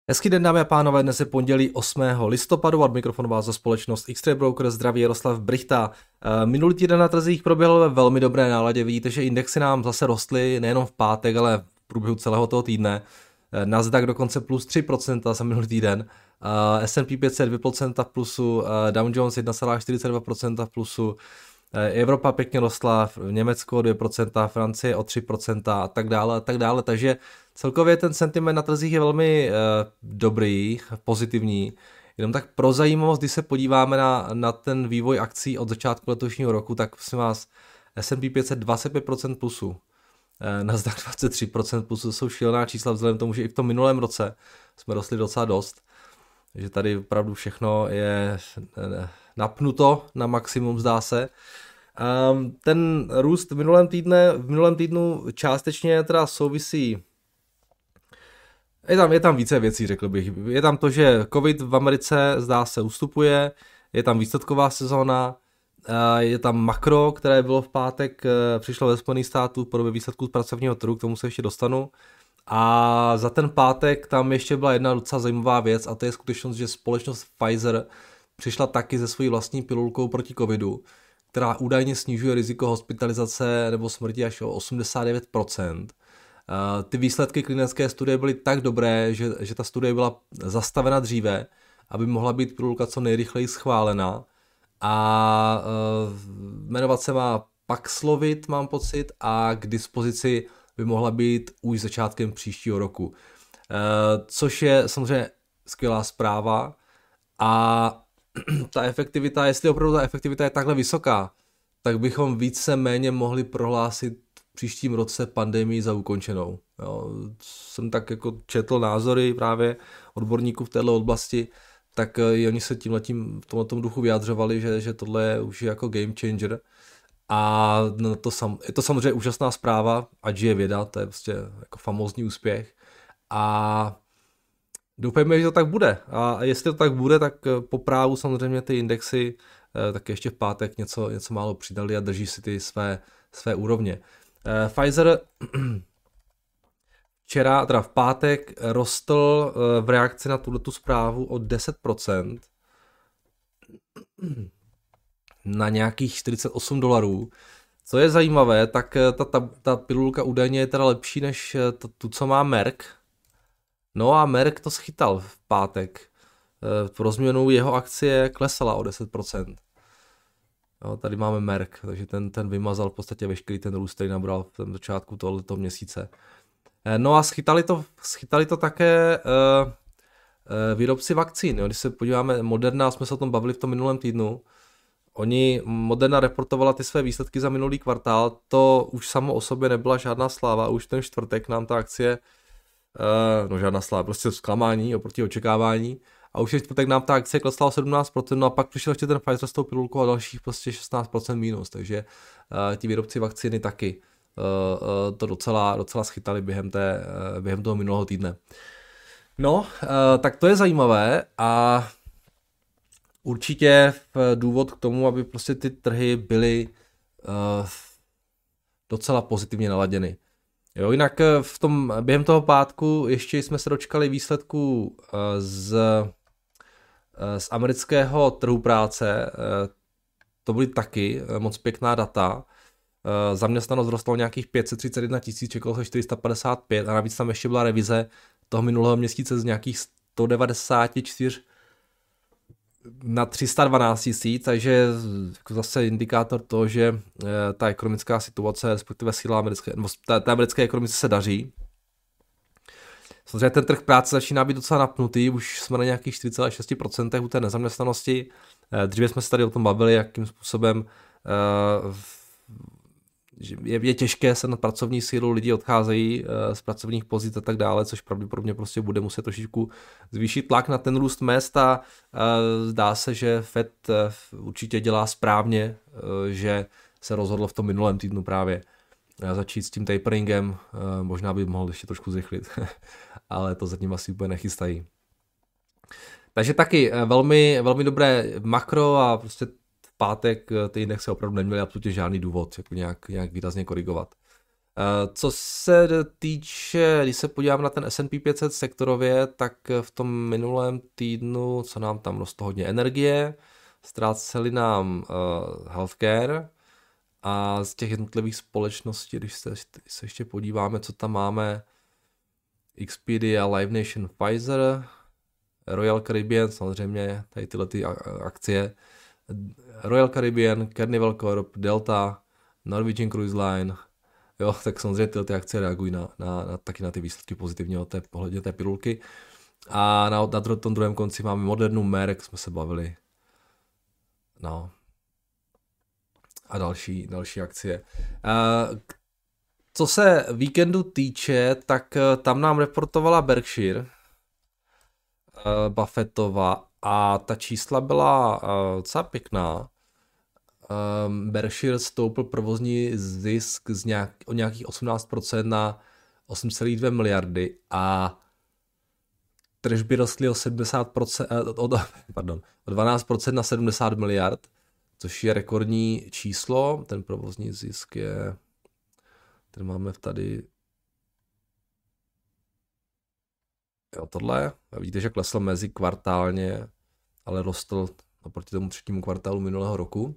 Hezký den, dámy a pánové, dnes je pondělí 8. listopadu, od mikrofonu vás za společnost X-Ray Broker, zdraví Jaroslav Brychta. Minulý týden na trzích proběhl ve velmi dobré náladě, vidíte, že indexy nám zase rostly nejenom v pátek, ale v průběhu celého toho týdne. Nasdaq dokonce plus 3% za minulý týden, S&P 500 2% v plusu, Dow Jones 1,42% v plusu, Evropa pěkně rostla, Německo 2%, Francie o 3% a tak dále, takže celkově ten sentiment na trzích je velmi dobrý, pozitivní. Jenom tak pro zajímavost, když se podíváme na ten vývoj akcí od začátku letošního roku, tak prosím vás, S&P 500 25% plusu, Nasdaq 23% plusu, to jsou šílená čísla vzhledem k tomu, že i v tom minulém roce jsme rostli docela dost. Takže tady opravdu všechno je napnuto na maximum, zdá se. Ten růst v minulém týdnu částečně teda souvisí. Je tam více věcí, řekl bych. Je tam to, že covid v Americe zdá se ustupuje, je tam výsledková sezóna, je tam makro, které bylo v pátek, přišlo ve Spojených států v podobě výsledků z pracovního trhu, k tomu se ještě dostanu. A za ten pátek tam ještě byla jedna docela zajímavá věc, a to je skutečnost, že společnost Pfizer přišla taky se svojí vlastní pilulkou proti covidu, která údajně snižuje riziko hospitalizace nebo smrti až o 89%. Ty výsledky klinické studie byly tak dobré, že ta studie byla zastavena dříve, aby mohla být pilulka co nejrychleji schválena. A jmenovat se má Paxlovid, mám pocit, a k dispozici by mohla být už začátkem příštího roku. Což je samozřejmě skvělá zpráva. A ta efektivita, jestli opravdu ta efektivita je takhle vysoká, tak bychom víceméně mohli prohlásit v příštím roce pandemii za ukončenou. Jo, jsem tak jako četl názory právě odborníků v této oblasti, tak i oni se tímhletím v tomto duchu vyjadřovali, že tohle je už jako game changer. A je to samozřejmě úžasná zpráva, ať je věda, to je prostě jako famózní úspěch. A doufejme, že to tak bude. A jestli to tak bude, tak po právu samozřejmě ty indexy tak ještě v pátek něco málo přidali a drží si ty své úrovně. Pfizer včera, teda v pátek, rostl v reakci na tuhletu zprávu o 10% na nějakých $48. Co je zajímavé, tak ta pilulka údajně je teda lepší než tu, co má Merck. No a Merck to schytal v pátek. Pro změnu jeho akcie klesala o 10%. No, tady máme Merck, takže ten vymazal v podstatě veškerý ten růst, který nabral v tom začátku tohoto měsíce. No a schytali to také výrobci vakcín. Jo. Když se podíváme, Moderna, jsme se o tom bavili v tom minulém týdnu, Moderna reportovala ty své výsledky za minulý kvartál, to už samo o sobě nebyla žádná sláva, už ten čtvrtek nám ta akcie, žádná sláva, prostě zklamání oproti očekávání, a už ten čtvrtek nám ta akcie klesla o 17%, no a pak přišel ještě ten Pfizer s tou pilulkou a dalších prostě 16% mínus, takže ti výrobci vakcíny taky to docela schytali během toho minulého týdne. No, tak to je zajímavé a určitě důvod k tomu, aby prostě ty trhy byly docela pozitivně naladěny. Jo, jinak během toho pátku ještě jsme se dočkali výsledků z amerického trhu práce. To byly taky moc pěkná data. Zaměstnanost rostla nějakých 531 000, čekalo se 455 a navíc tam ještě byla revize toho minulého měsíce z nějakých 194 na 312 000, takže zase indikátor toho, že ta ekonomická situace, respektive síla té americké ekonomice se daří. Samozřejmě ten trh práce začíná být docela napnutý, už jsme na nějakých 4,6% u té nezaměstnanosti. Dříve jsme se tady o tom bavili, jakým způsobem je těžké se na pracovní sílu, lidi odcházejí z pracovních pozic a tak dále, což pravděpodobně prostě bude muset trošičku zvýšit tlak na ten růst mezd a zdá se, že Fed určitě dělá správně, že se rozhodl v tom minulém týdnu právě začít s tím taperingem, možná by mohl ještě trošku zrychlit, ale to zatím asi úplně nechystají. Takže taky velmi, velmi dobré makro a prostě v pátek ty indexy opravdu neměly absolutně žádný důvod jako nějak výrazně korigovat. Co se týče, když se podívám na ten S&P 500 sektorově, tak v tom minulém týdnu, co nám tam rostlo hodně energie, ztráceli nám healthcare a z těch jednotlivých společností, když se ještě podíváme, co tam máme, Expedia, Live Nation, Pfizer, Royal Caribbean, samozřejmě tady tyhle ty akcie, Royal Caribbean, Carnival Corp, Delta, Norwegian Cruise Line, jo, tak samozřejmě tyhle ty akcie reagují taky na ty výsledky pozitivně pohledně té pilulky. A na tom druhém konci máme Modernu, Merck, jsme se bavili. No. A další akcie. Co se víkendu týče, tak tam nám reportovala Berkshire Buffettova a ta čísla byla docela pěkná. Berkshire stoupl provozní zisk o nějakých 18% na 8,2 miliardy a tržby rostly o 70%, o 12% na 70 miliard, což je rekordní číslo. Ten provozní zisk je, ten máme tady, jo, tohle, vidíte, že klesl mezi kvartálně, ale rostl oproti tomu třetímu kvartálu minulého roku.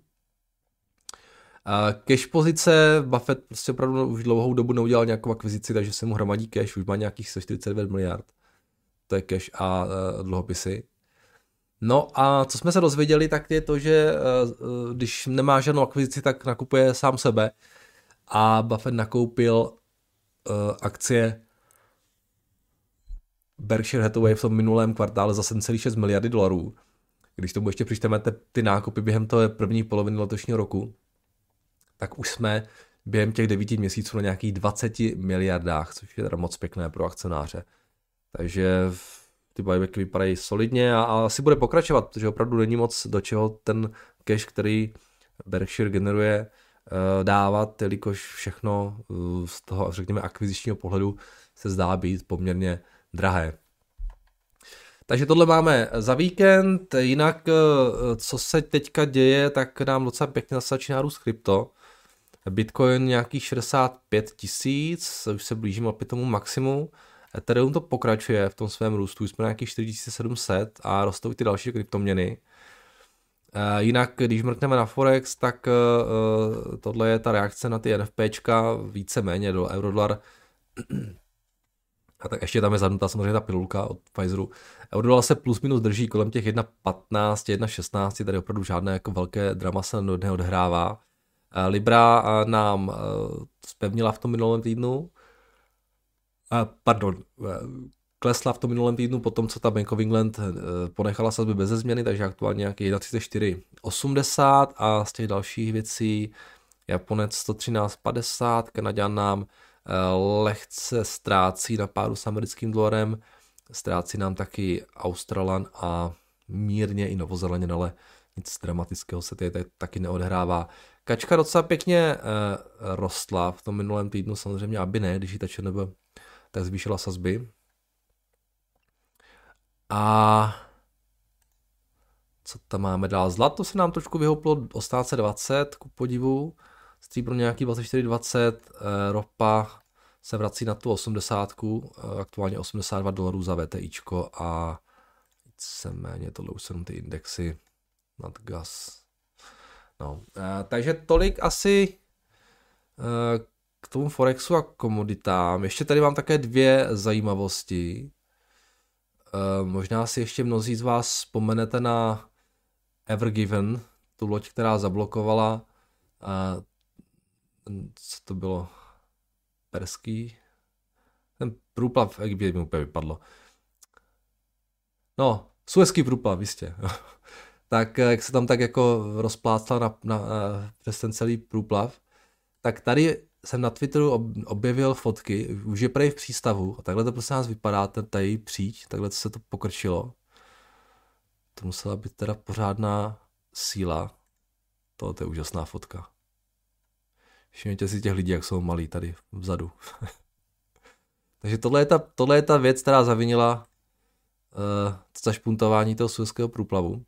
Cash pozice, Buffett prostě opravdu už dlouhou dobu neudělal nějakou akvizici, takže se mu hromadí cash, už má nějakých 149 miliard. To je cash a dluhopisy. No a co jsme se dozvěděli, tak je to, že když nemá žádnou akvizici, tak nakupuje sám sebe. A Buffett nakoupil akcie Berkshire Hathaway v tom minulém kvartále za 7,6 miliardy dolarů. Když tomu ještě přičteme ty nákupy během té první poloviny letošního roku, tak už jsme během těch 9 měsíců na nějakých 20 miliardách, což je teda moc pěkné pro akcionáře. Takže ty buybacky vypadají solidně a asi bude pokračovat, protože opravdu není moc do čeho ten cash, který Berkshire generuje, dávat, jelikož všechno z toho, řekněme, akvizičního pohledu se zdá být poměrně drahé. Takže tohle máme za víkend, jinak co se teďka děje, tak nám docela pěkně začíná růst krypto. Bitcoin nějakých 65 000, už se blížíme opět tomu maximu. Ethereum to pokračuje v tom svém růstu, jsme na nějakých 4700 a rostou i ty další kryptoměny. Jinak, když mrkneme na Forex, tak tohle je ta reakce na ty NFPčka, víceméně do eurodolar. A tak ještě tam je zadnutá samozřejmě ta pilulka od Pfizeru. Eurodolar se plus minus drží kolem těch 1,15, 1,16, tady opravdu žádné jako velké drama se neodhrává. Libra nám zpevnila v tom minulém týdnu. Klesla v tom minulém týdnu po tom, co ta Bank of England ponechala sazby bez změny, takže aktuálně nějaký 1,3480 a z těch dalších věcí Japonec 113,50, Kanaďan nám lehce ztrácí na páru s americkým dolarem, ztrácí nám taky Australan a mírně i Novozélanděn, ale nic dramatického se tady taky neodhrává. Kačka docela pěkně rostla v tom minulém týdnu, samozřejmě aby ne, když ji ta ČNB tak zvýšila sazby. A co tam máme dál? Zlato se nám trošku vyhouplo o 18,20 ku podivu, stříbro nějaký 24,20, ropa se vrací na tu 80, aktuálně $82 za VTIčko a víceméně tohle už jsou ty indexy nad gas. No, takže tolik asi k tomu Forexu a komoditám. Ještě tady mám také dvě zajímavosti. Možná si ještě mnozí z vás vzpomenete na Evergiven, tu loď, která zablokovala, co to bylo, perský, ten průplav v Egyptě mi úplně vypadlo. No, Suezský průplav, jistě. Tak jak se tam tak jako rozplácla přes ten celý průplav, tak tady jsem na Twitteru objevil fotky, už je prej v přístavu a takhle to prostě nás vypadá, ta její příď, takhle se to pokrčilo. To musela být teda pořádná síla. To je úžasná fotka. Všimněte si těch lidí, jak jsou malí tady vzadu. Takže tohle je ta věc, která zavinila zašpuntování toho suezského průplavu.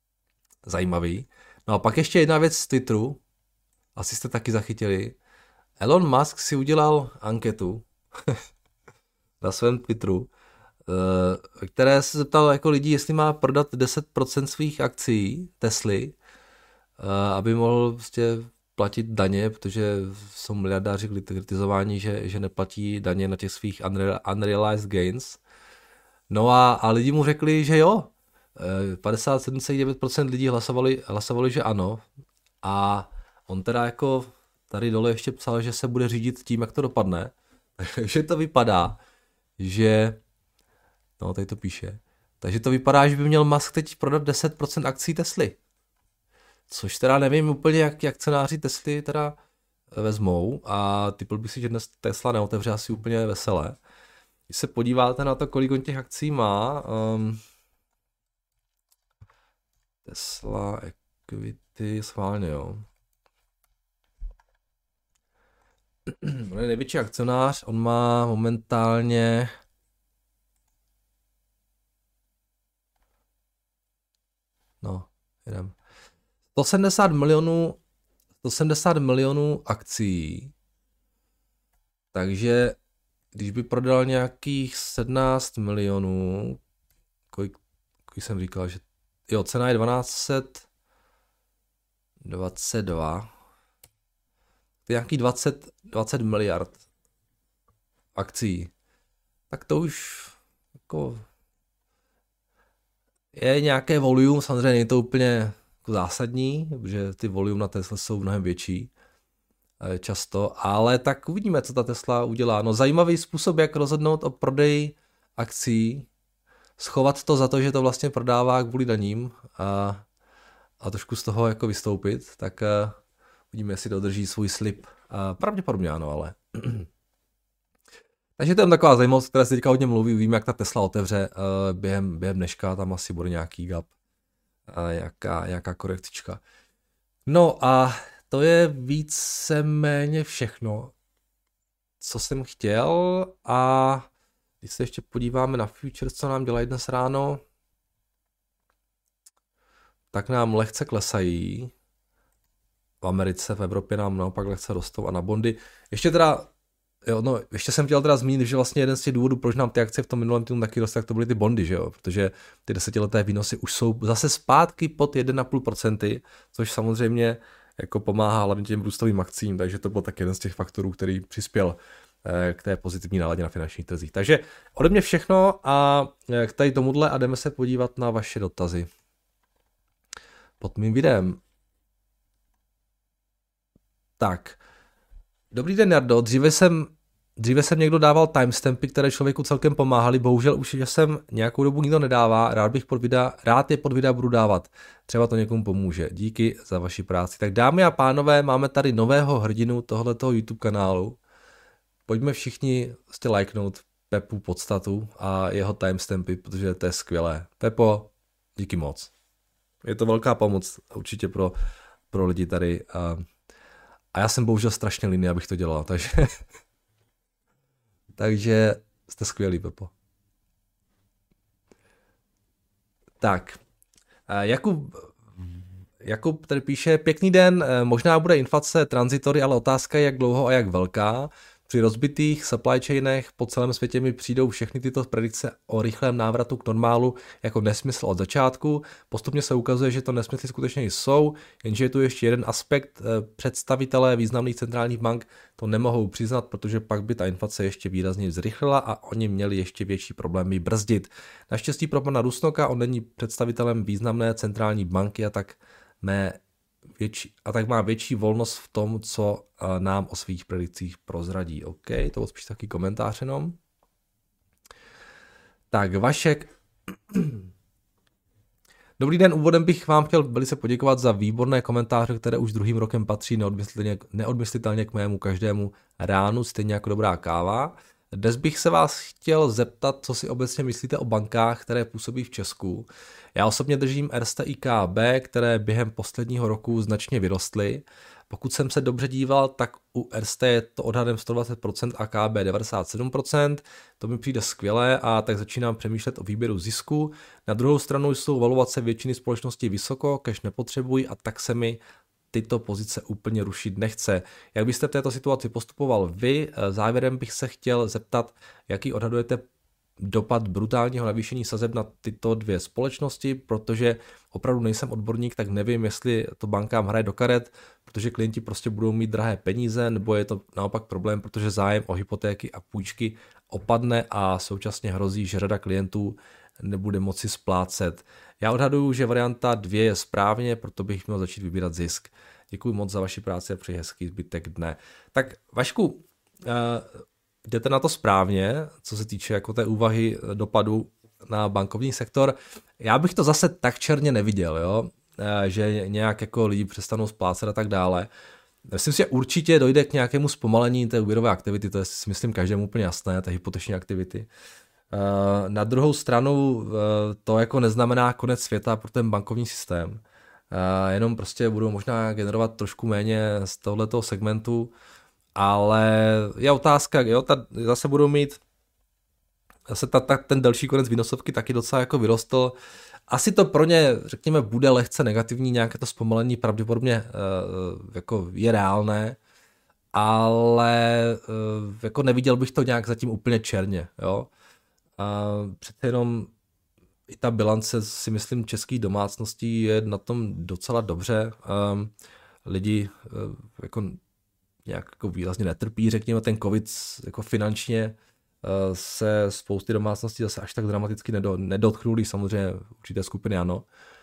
Zajímavý. No a pak ještě jedna věc z Twitteru, asi jste taky zachytili. Elon Musk si udělal anketu na svém Twitteru, které se zeptal jako lidí, jestli má prodat 10% svých akcí Tesly, aby mohl prostě platit daně, protože jsou miliardáři kritizováni, že neplatí daně na těch svých unrealized gains. No a lidi mu řekli, že jo. 57,9% lidí hlasovali, že ano. A on teda jako tady dole ještě psal, že se bude řídit tím, jak to dopadne. Takže to vypadá, že... No, tady to píše. Takže to vypadá, že by měl Musk teď prodat 10% akcí Tesly. Což teda nevím úplně, jak akcionáři Tesly teda vezmou a typl bych si, že dnes Tesla neotevře asi úplně veselé. Když se podíváte na to, kolik on těch akcí má, Tesla Equity, schválně jo. On je největší akcionář, on má momentálně jedem 170 milionů akcí, takže když by prodal nějakých 17 milionů, kolik jsem říkal, že jo, cena je 1222, to je nějaký 20 miliard akcí, tak to už jako je nějaké volume, samozřejmě je to úplně jako zásadní, protože ty volume na Tesla jsou mnohem větší často, ale tak uvidíme, co ta Tesla udělá. No zajímavý způsob, jak rozhodnout o prodeji akcí, schovat to za to, že to vlastně prodává kvůli daním a trošku z toho jako vystoupit, tak uvidíme, jestli dodrží svůj slib. Pravděpodobně ano, ale... Takže to je taková zajímavost, která se teďka hodně mluví, víme, jak ta Tesla otevře během dneška, tam asi bude nějaký gap, nějaká korektička. No a to je víceméně všechno, co jsem chtěl a když se ještě podíváme na futures, co nám dělají dnes ráno, tak nám lehce klesají. V Americe, v Evropě nám naopak lehce rostou a na bondy. Ještě jsem chtěl teda zmínit, že vlastně jeden z těch důvodů, proč nám ty akcie v tom minulém týdnu taky rostly, tak to byly ty bondy, že jo? Protože ty desetileté výnosy už jsou zase zpátky pod 1,5%, což samozřejmě jako pomáhá hlavně těm růstovým akcím, takže to byl tak jeden z těch faktorů, který přispěl k té pozitivní náladě na finančních trzích. Takže ode mě všechno a k tady tomuhle a jdeme se podívat na vaše dotazy pod mým videem. Tak, dobrý den, Jardo, dříve jsem někdo dával timestampy, které člověku celkem pomáhaly, bohužel už je sem nějakou dobu nikdo nedává, rád je pod videa budu dávat, třeba to někomu pomůže, díky za vaši práci. Tak dámy a pánové, máme tady nového hrdinu tohletoho YouTube kanálu, pojďme všichni lajknout Pepu podstatu a jeho timestampy, protože to je skvělé. Pepo, díky moc. Je to velká pomoc určitě pro lidi tady a já jsem bohužel strašně líný, abych to dělal, takže jste skvělý, Pepo. Tak, Jakub tady píše, pěkný den, možná bude inflace tranzitory, ale otázka je, jak dlouho a jak velká. Při rozbitých supply chainech po celém světě mi přijdou všechny tyto predikce o rychlém návratu k normálu jako nesmysl od začátku. Postupně se ukazuje, že to nesmysly skutečně jsou, jenže je tu ještě jeden aspekt. Představitelé významných centrálních bank to nemohou přiznat, protože pak by ta inflace ještě výrazně zrychlila a oni měli ještě větší problémy brzdit. Naštěstí pro pana Rusnoka, on není představitelem významné centrální banky a tak má větší volnost v tom, co nám o svých predikcích prozradí. OK, to byl spíš taky komentář jenom. Tak, Vašek. Dobrý den, úvodem bych vám chtěl velice poděkovat za výborné komentáře, které už druhým rokem patří neodmyslitelně k mému každému ránu, stejně jako dobrá káva. Dnes bych se vás chtěl zeptat, co si obecně myslíte o bankách, které působí v Česku. Já osobně držím Erste IKB, které během posledního roku značně vyrostly. Pokud jsem se dobře díval, tak u Erste je to odhadem 120% a KB 97%. To mi přijde skvělé a tak začínám přemýšlet o výběru zisku. Na druhou stranu jsou valuace většiny společností vysoko, cash nepotřebují a tak se mi tyto pozice úplně rušit nechce. Jak byste v této situaci postupoval vy? Závěrem bych se chtěl zeptat, jaký odhadujete dopad brutálního navýšení sazeb na tyto dvě společnosti, protože opravdu nejsem odborník, tak nevím, jestli to bankám hraje do karet, protože klienti prostě budou mít drahé peníze, nebo je to naopak problém, protože zájem o hypotéky a půjčky opadne a současně hrozí, že řada klientů nebude moci splácet. Já odhaduju, že varianta 2 je správně, proto bych měl začít vybírat zisk. Děkuji moc za vaši práci a přeji hezký zbytek dne. Tak Vašku, jdete na to správně, co se týče jako té úvahy dopadu na bankovní sektor. Já bych to zase tak černě neviděl, jo? Že nějak jako lidi přestanou splácet a tak dále. Myslím si, že určitě dojde k nějakému zpomalení té úvěrové aktivity, to je si myslím každému úplně jasné, té hypoteční aktivity. Na druhou stranu to jako neznamená konec světa pro ten bankovní systém. Jenom prostě budou možná generovat trošku méně z tohoto segmentu, ale je otázka, jo, zase budou mít zase ten delší konec výnosovky taky docela jako vyrostl. Asi to pro ně, řekněme, bude lehce negativní, nějaké to zpomalení pravděpodobně jako je reálné, ale jako neviděl bych to nějak zatím úplně černě, jo. Přece jenom i ta bilance, si myslím, českých domácností je na tom docela dobře. Lidi jako nějak jako výrazně netrpí, řekněme, ten covid jako finančně se spousty domácností zase až tak dramaticky nedotknuli, samozřejmě určité skupiny ano.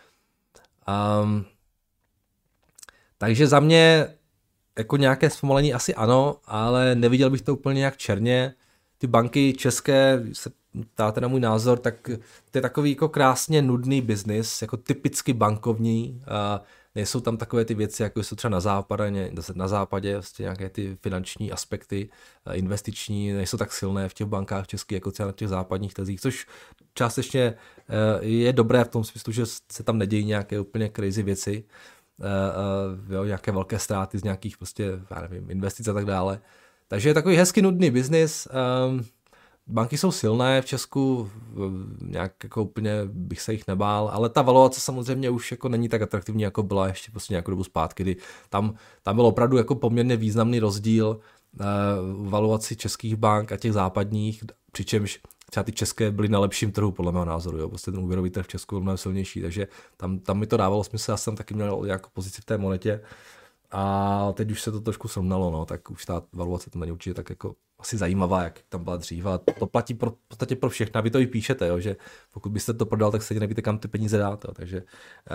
Takže za mě jako nějaké zpomalení asi ano, ale neviděl bych to úplně nějak černě. Ty banky české, se ptáte na můj názor, tak to je takový jako krásně nudný biznis, jako typicky bankovní. Nejsou tam takové ty věci, jako jsou třeba na západě vlastně nějaké ty finanční aspekty, investiční, nejsou tak silné v těch bankách českých, jako třeba na těch západních trzích, což částečně je dobré v tom smyslu, že se tam nedějí nějaké úplně crazy věci, jo, nějaké velké ztráty z nějakých prostě, já nevím, investic a tak dále. Takže je takový hezky nudný biznis. Banky jsou silné v Česku, nějak jako úplně bych se jich nebál, ale ta valuace samozřejmě už jako není tak atraktivní, jako byla ještě prostě nějakou dobu zpátky, kdy tam byl opravdu jako poměrně významný rozdíl v valuaci českých bank a těch západních, přičemž třeba ty české byly na lepším trhu, podle mého názoru, jo. Prostě ten úvěrový trh v Česku byl mnohem silnější, takže tam mi to dávalo smysl, já jsem taky měl nějakou pozici v té monetě. A teď už se to trošku srovnalo, no, tak už ta valuace tam není určitě tak jako asi zajímavá, jak tam byla dřív. A to platí v podstatě pro všechny. A vy to i píšete, jo, že pokud byste to prodal, tak se nevíte, kam ty peníze dát. Jo, takže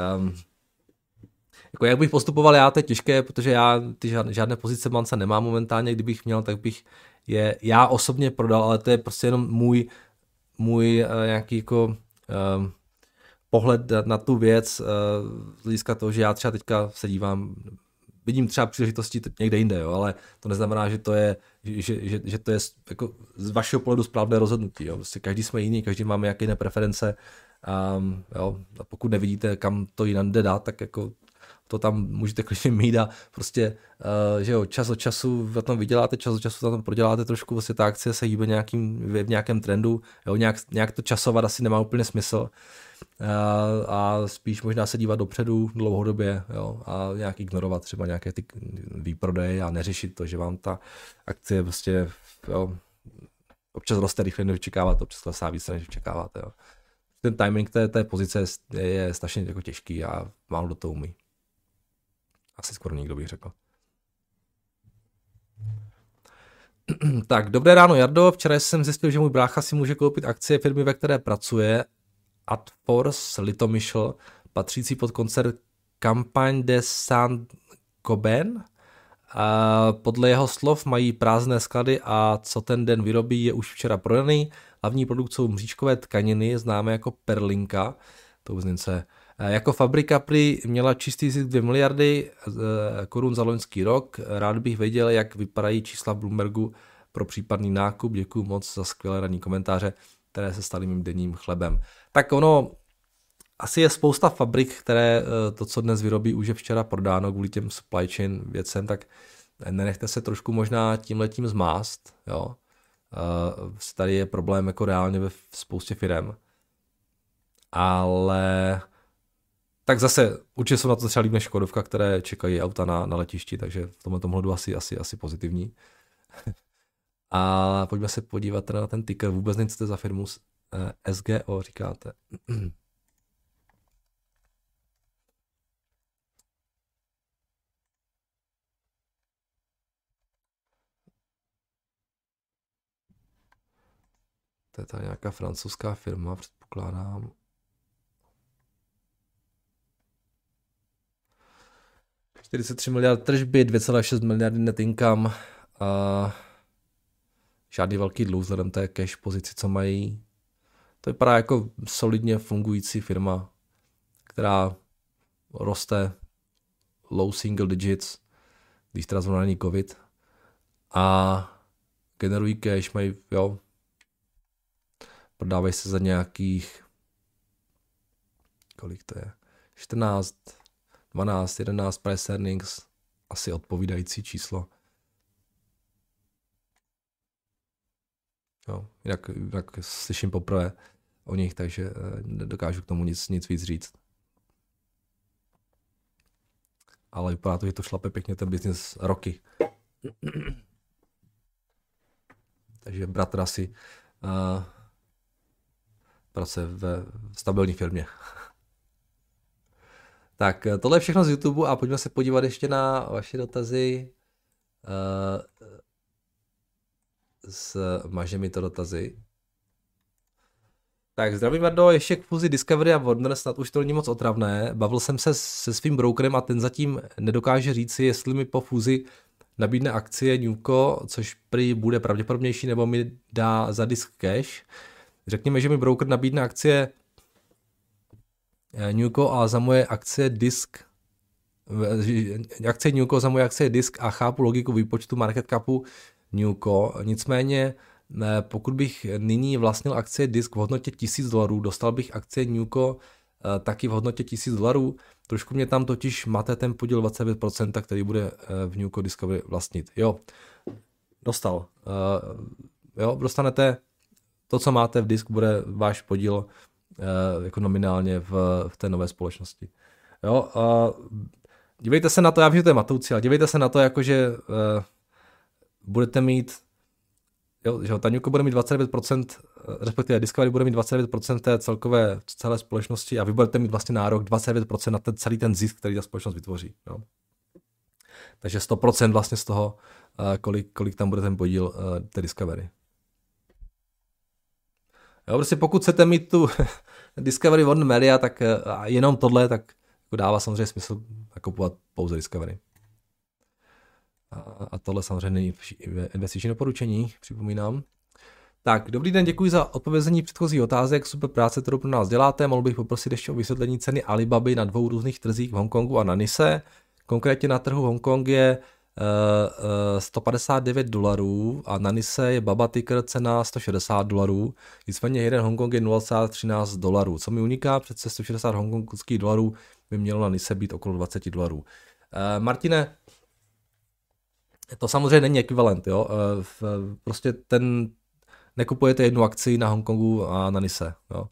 jako jak bych postupoval já, to je těžké, protože já ty žádné pozice bance nemám momentálně, kdybych měl, tak bych je já osobně prodal, ale to je prostě jenom můj nějaký jako pohled na tu věc z hlediska toho, že já třeba teďka se dívám, vidím třeba příležitosti někde jinde, jo, ale to neznamená, že to je, že to je jako z vašeho pohledu správné rozhodnutí. Jo. Prostě každý jsme jiný, každý máme nějaké jiné preference. Jo, a pokud nevidíte, kam to jinde dát, tak jako to tam můžete klidně mít a prostě, že jo, čas od času na tom vyděláte, čas od času na tom proděláte trošku, vlastně ta akcie se hýbe v nějakém trendu, jo, nějak to časovat asi nemá úplně smysl. A spíš možná se dívat dopředu dlouhodobě, jo, a nějak ignorovat třeba nějaké ty výprodeje a neřešit to, že vám ta akcie prostě, jo, občas roste rychle, než očekáváte, občas klesá více, než očekáváte, jo. Ten timing té pozice je strašně jako těžký a málo do toho umí. Asi skoro nikdo bych řekl. Tak, dobré ráno, Jardo. Včera jsem zjistil, že můj brácha si může koupit akcie firmy, ve které pracuje, Adforce Litomyšl, patřící pod koncert Campagne de Saint-Gobain. Podle jeho slov mají prázdné sklady a co ten den vyrobí, je už včera prodaný. Hlavní produkt jsou mřížkové tkaniny, známé jako perlinka. To uznice. Jako fabrika prý měla čistý zisk 2 miliardy korun za loňský rok. Rád bych věděl, jak vypadají čísla Bloombergu pro případný nákup. Děkuji moc za skvělé ranní komentáře, které se staly mým denním chlebem. Tak ono, asi je spousta fabrik, které to, co dnes vyrobí, už je včera prodáno kvůli těm supply chain věcem, tak nenechte se trošku možná tímhletím zmást. Jo. Tady je problém jako reálně ve spoustě firem. Ale Tak zase určitě jsou na to třeba líp než Škodovka, které čekají auta na letišti, takže v tomhle hledu asi pozitivní. A pojďme se podívat teda na ten ticker. Vůbec nevím, co to je za firmu. SGO říkáte. To je tady nějaká francouzská firma, předpokládám. $43 miliard tržby, 2,6 miliardy net income. Žádný velký dluh vzhledem té cash pozici, co mají. To vypadá jako solidně fungující firma, která roste low single digits, když teda zrovna není covid. A generují cash, mají, jo, prodávají se za nějakých, kolik to je, 14, 12, 11 price earnings, asi odpovídající číslo. Jo, jinak slyším poprvé o nich, takže nedokážu k tomu nic víc říct. Ale vypadá to, že to šlape pěkně ten biznis roky. Takže bratr asi pracuje ve stabilní firmě. Tak, tohle je všechno z YouTube a pojďme se podívat ještě na vaše dotazy. Maže mi to dotazy. Tak zdravím, Vardo, ještě k fúzi Discovery a Warner, snad už to není moc otravné. Bavil jsem se se svým brokerem a ten zatím nedokáže říci, jestli mi po fúzi nabídne akcie Newco, což prý bude pravděpodobnější, nebo mi dá za disk cash. Řekněme, že mi broker nabídne akcie Newco a za moje akcie disk Newco za moje akcie disk a chápu logiku výpočtu market capu Newco. Nicméně, pokud bych nyní vlastnil akcie disk v hodnotě $1000, dostal bych akcie Newco taky v hodnotě $1000. Trošku mě tam totiž máte ten podíl 29%, který bude v Newco Discovery vlastnit. Jo, dostal. Jo, dostanete to, co máte v disk, bude váš podíl jako nominálně v té nové společnosti. Jo, dívejte se na to, já vím, že to je matoucí, ale dívejte se na to, jakože budete mít, jo, že ta Newco bude mít 29%, respektive Discovery bude mít 29% té celé společnosti a vy budete mít vlastně nárok 29% na celý ten zisk, který ta společnost vytvoří. Jo. Takže 100% vlastně z toho, kolik tam bude ten podíl té Discovery. Jo, prostě pokud chcete mít tu Discovery Warner Media, tak jenom tohle, tak jako dává samozřejmě smysl kupovat pouze Discovery. A tohle samozřejmě není investiční doporučení, připomínám. Tak, dobrý den, děkuji za odpovězení předchozích otázek, super práce, kterou pro nás děláte. Mohl bych poprosit ještě o vysvětlení ceny Alibaby na 2 různých trzích v Hongkongu a na Nise. Konkrétně na trhu Hongkong je $159 a na Nise je Baba Ticker cena $160. Nicméně jeden Hongkong je $0,13. Co mi uniká, přece 160 hongkongských dolarů by mělo na Nise být okolo $20. Martine, to samozřejmě není ekvivalent, jo. Prostě nekupujete jednu akci na Hongkongu a na Nise, jo.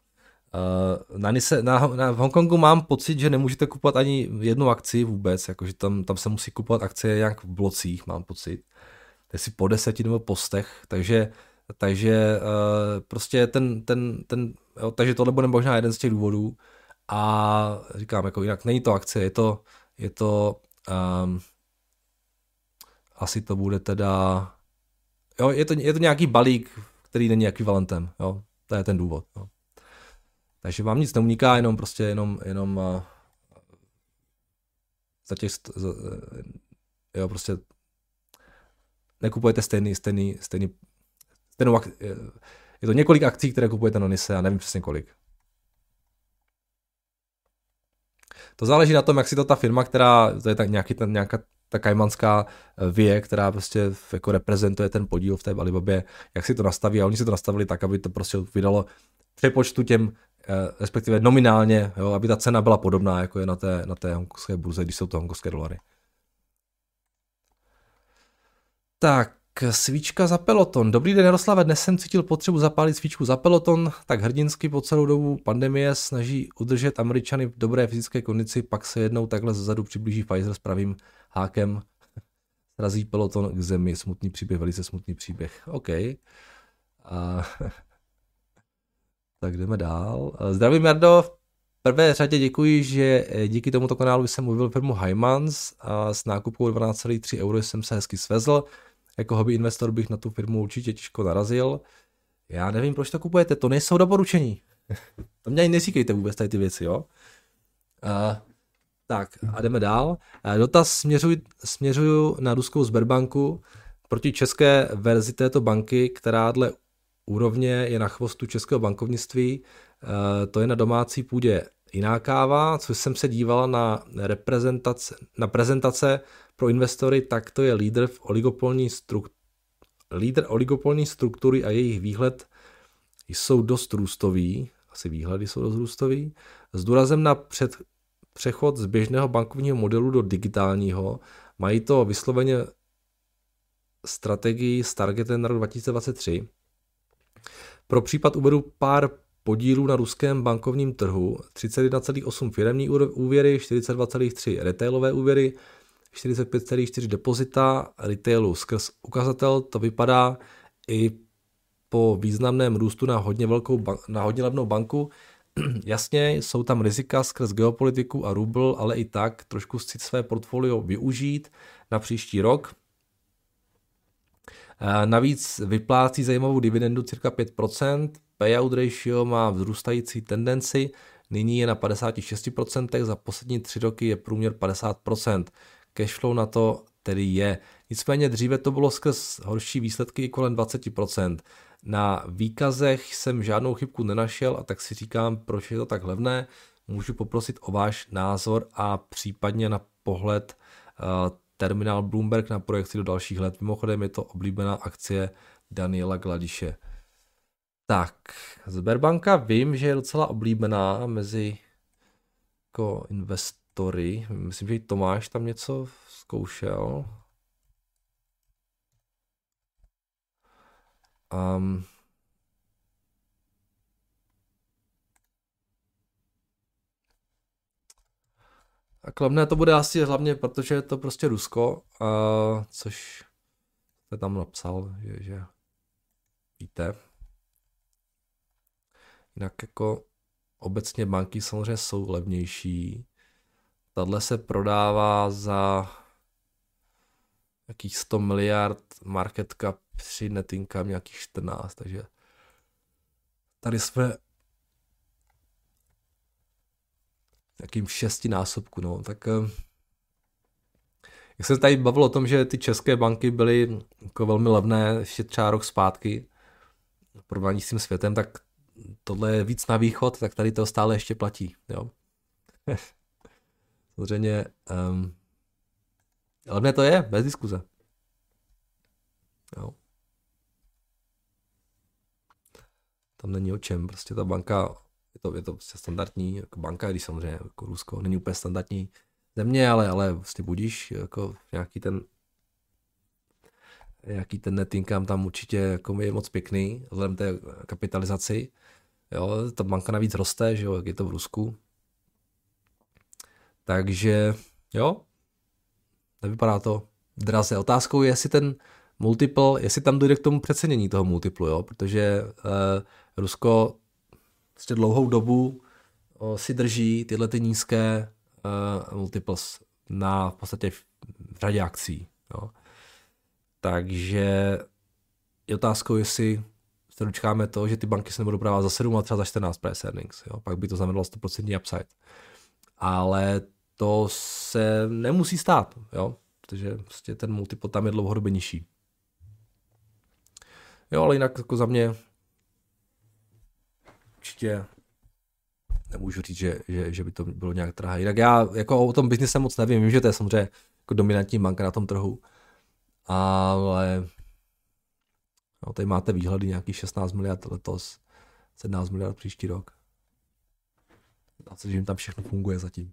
V Hongkongu mám pocit, že nemůžete kupovat ani jednu akci vůbec, jakože tam se musí kupovat akcie jak v blocích, mám pocit. Jestli po 10 nebo po stech, takže prostě takže tohle bude možná jeden z těch důvodů a říkám, jako jinak není to akcie, je to asi to bude teda, jo, je to nějaký balík, který není ekvivalentem, jo, to je ten důvod, jo. Takže vám nic neuniká, jenom za těch, jo, prostě nekupujete stejnou je to několik akcí, které kupujete na Nise a nevím přesně kolik. To záleží na tom, jak si to ta firma, to je tak nějaká ta kajmanská vie, která prostě jako reprezentuje ten podíl v té Alibabě, jak si to nastaví a oni si to nastavili tak, aby to prostě vydalo přepočtu těm, respektive nominálně, jo, aby ta cena byla podobná, jako je na té hongkongské burze, když jsou to hongkongské dolary. Tak, svíčka za Peloton. Dobrý den, Jaroslave, dnes jsem cítil potřebu zapálit svíčku za Peloton, tak hrdinsky po celou dobu pandemie snaží udržet Američany v dobré fyzické kondici, pak se jednou takhle zezadu přiblíží Pfizer s pravým hákem. Srazí Peloton k zemi. Smutný příběh, velice smutný příběh. OK. Tak jdeme dál. Zdravím, Jardo. V prvé řadě děkuji, že díky tomuto kanálu jsem mluvil firmu Heimans a s nákupkou 12,3 euro jsem se hezky svezl. Jako hobby investor bych na tu firmu určitě těžko narazil. Já nevím, proč to kupujete, to nejsou doporučení. To mě ani neříkejte vůbec tady ty věci, jo? Tak a jdeme dál. Dotaz směřuju na ruskou Sberbanku proti české verzi této banky, která dle úrovně je na chvostu českého bankovnictví. To je na domácí půdě jiná káva, což jsem se dívala na prezentace pro investory, tak to je lídr oligopolní struktury a jejich výhled jsou dost růstový, asi výhledy jsou dost růstový, s důrazem na přechod z běžného bankovního modelu do digitálního. Mají to vysloveně strategii s targetem na rok 2023. Pro případ uvedu pár podílů na ruském bankovním trhu. 31,8 firemní úvěry, 42,3 retailové úvěry, 45,4 depozita retailu. Skrz ukazatel to vypadá i po významném růstu na hodně levnou banku. Jasně, jsou tam rizika skrz geopolitiku a rubl, ale i tak trošku si své portfolio využít na příští rok. Navíc vyplácí zajímavou dividendu cirka 5%, payout ratio má vzrůstající tendenci, nyní je na 56%, za poslední 3 roky je průměr 50%. Cashflow na to tedy je. Nicméně dříve to bylo skrz horší výsledky i kolem 20%. Na výkazech jsem žádnou chybku nenašel a tak si říkám, proč je to tak levné. Můžu poprosit o váš názor a případně na pohled terminál Bloomberg na projekci do dalších let. Mimochodem je to oblíbená akcie Daniela Gladiše. Tak, Sberbanka vím, že je docela oblíbená mezi jako investory. Myslím, že i Tomáš tam něco zkoušel. A kladné to bude asi hlavně, protože je to prostě Rusko, což jste tam napsal, že víte. Jinak jako obecně banky samozřejmě jsou levnější. Tadle se prodává za jakých 100 miliard, market cap při net income nějakých 14, takže tady jsme nějakým 6násobku, no, tak jak se tady bavilo o tom, že ty české banky byly jako velmi levné ještě třeba rok zpátky v porovnání s tím světem, tak tohle je víc na východ, tak tady to stále ještě platí, jo. Samozřejmě levné to je, bez diskuze. Jo. Tam není o čem, prostě ta banka, je to prostě standardní jako banka, když samozřejmě jako Rusko není úplně standardní země, ale vlastně budíš, jako nějaký ten net income tam určitě jako je moc pěkný, vzhledem té kapitalizaci. Jo, ta banka navíc roste, že jo, jak je to v Rusku. Takže jo, nevypadá to draze. Otázkou je, jestli ten multiple, jestli tam dojde k tomu přecenění toho multiplu, jo, protože Rusko prostě dlouhou dobu si drží tyhle ty nízké multiples na v podstatě v řadě akcí. Jo. Takže je otázkou, jestli se dočkáme to, že ty banky se nebudou prodávat za 7, ale třeba za 14 price earnings. Jo. Pak by to znamenalo 100% upside. Ale to se nemusí stát, jo, protože prostě ten multiple tam je dlouhodobě nižší. Jo, ale jinak jako za mě určitě nemůžu říct, že by to bylo nějak drahé. Jinak já jako o tom biznisem moc nevím, vím, že to je samozřejmě jako dominantní banka na tom trhu, ale no, tady máte výhledy nějakých 16 miliard letos, 17 miliard příští rok. Dá se, že jim tam všechno funguje zatím.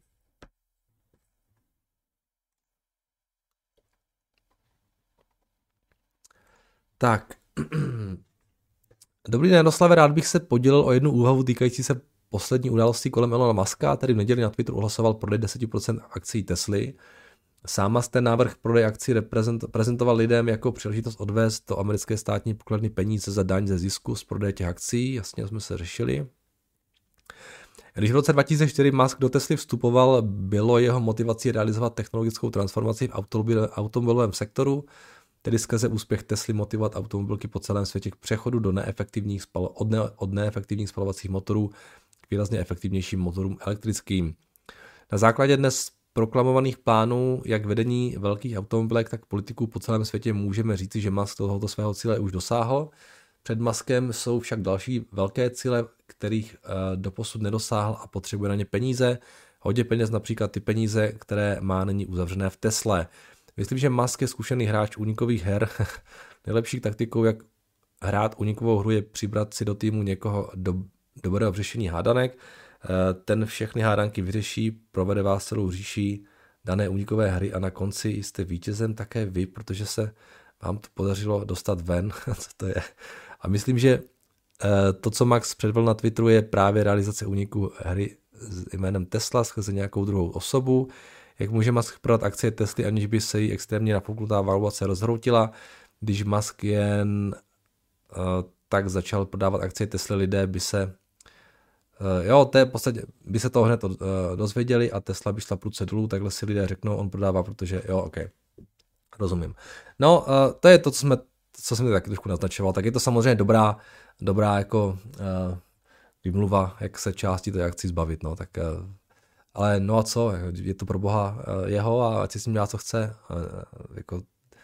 Tak. Dobrý den, Jaroslave, rád bych se podělil o jednu úvahu týkající se poslední události kolem Elona Muska, který v neděli na Twitteru ohlasoval prodej 10% akcií Tesly. Sám ten návrh prodej akcí prezentoval lidem jako příležitost odvést do americké státní pokladny peníze za daň ze zisku z prodeje těch akcí, jasně jsme se řešili. Když v roce 2004 Musk do Tesly vstupoval, bylo jeho motivací realizovat technologickou transformaci v automobilovém sektoru, tedy skrze úspěch Tesly motivovat automobilky po celém světě k přechodu do od neefektivních spalovacích motorů k výrazně efektivnějším motorům elektrickým. Na základě dnes proklamovaných plánů, jak vedení velkých automobilek, tak politiků po celém světě můžeme říci, že Musk tohoto svého cíle už dosáhl. Před Muskem jsou však další velké cíle, kterých doposud nedosáhl a potřebuje na ně peníze. Hodně peněz, například ty peníze, které má nyní uzavřené v Tesle. Myslím, že Musk je zkušený hráč únikových her. Nejlepší taktikou, jak hrát únikovou hru, je přibrat si do týmu někoho dobrého v řešení hádanek. Ten všechny hádanky vyřeší, provede vás celou říší dané únikové hry a na konci jste vítězem také vy, protože se vám to podařilo dostat ven. Co to je? A myslím, že to, co Max předvedl na Twitteru, je právě realizace úniku hry s jménem Tesla skrze nějakou druhou osobu. Jak může Musk prodat akcie Tesly, aniž by se jí extrémně nafouknutá valuace rozhroutila, když Musk jen tak začal prodávat akcie Tesly, lidé by se to je v podstatě, by se to hned dozvěděli a Tesla by šla prudce dolů, takhle si lidé řeknou, on prodává, protože OK, rozumím. No, to je to, co jsem taky trošku naznačoval, tak je to samozřejmě dobrá jako výmluva, jak se části té akcí zbavit, no, tak ale no a co, je to pro boha jeho a ať si s ním dělá, co chce, jako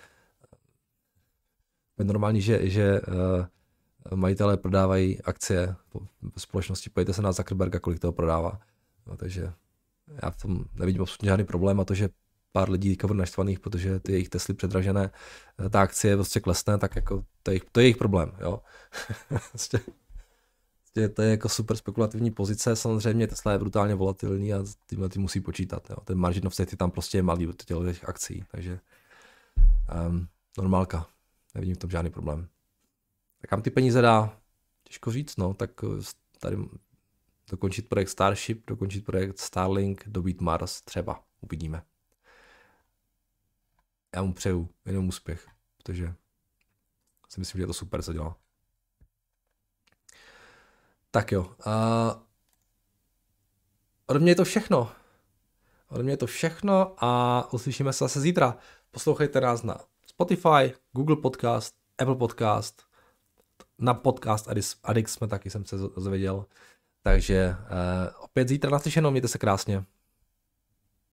je normální, že majitelé prodávají akcie společnosti, pojďte se na Zuckerberga, kolik toho prodává. No, takže já v tom nevidím absolutně žádný problém a to, že pár lidí bude naštvaných, protože ty jejich Tesly předražené, ta akcie prostě klesne, tak jako to je jejich problém. Jo? To je jako super spekulativní pozice, samozřejmě Tesla je brutálně volatilní a tímhle tím musí počítat. Jo? Ten margin of safety tam prostě je malý do těch akcí, takže normálka, nevidím v tom žádný problém. Tak kam ty peníze dá? Těžko říct, no, tak tady dokončit projekt Starship, dokončit projekt Starlink, dobít Mars, třeba, uvidíme. Já mu přeju jenom úspěch, protože si myslím, že je to super, co dělá. Tak jo. Ode mě je to všechno a uslyšíme se zase zítra. Poslouchejte nás na Spotify, Google Podcast, Apple Podcast, na Podcast Addict jsme taky, jsem se dozvěděl. Takže opět zítra naslyšenou, mějte se krásně.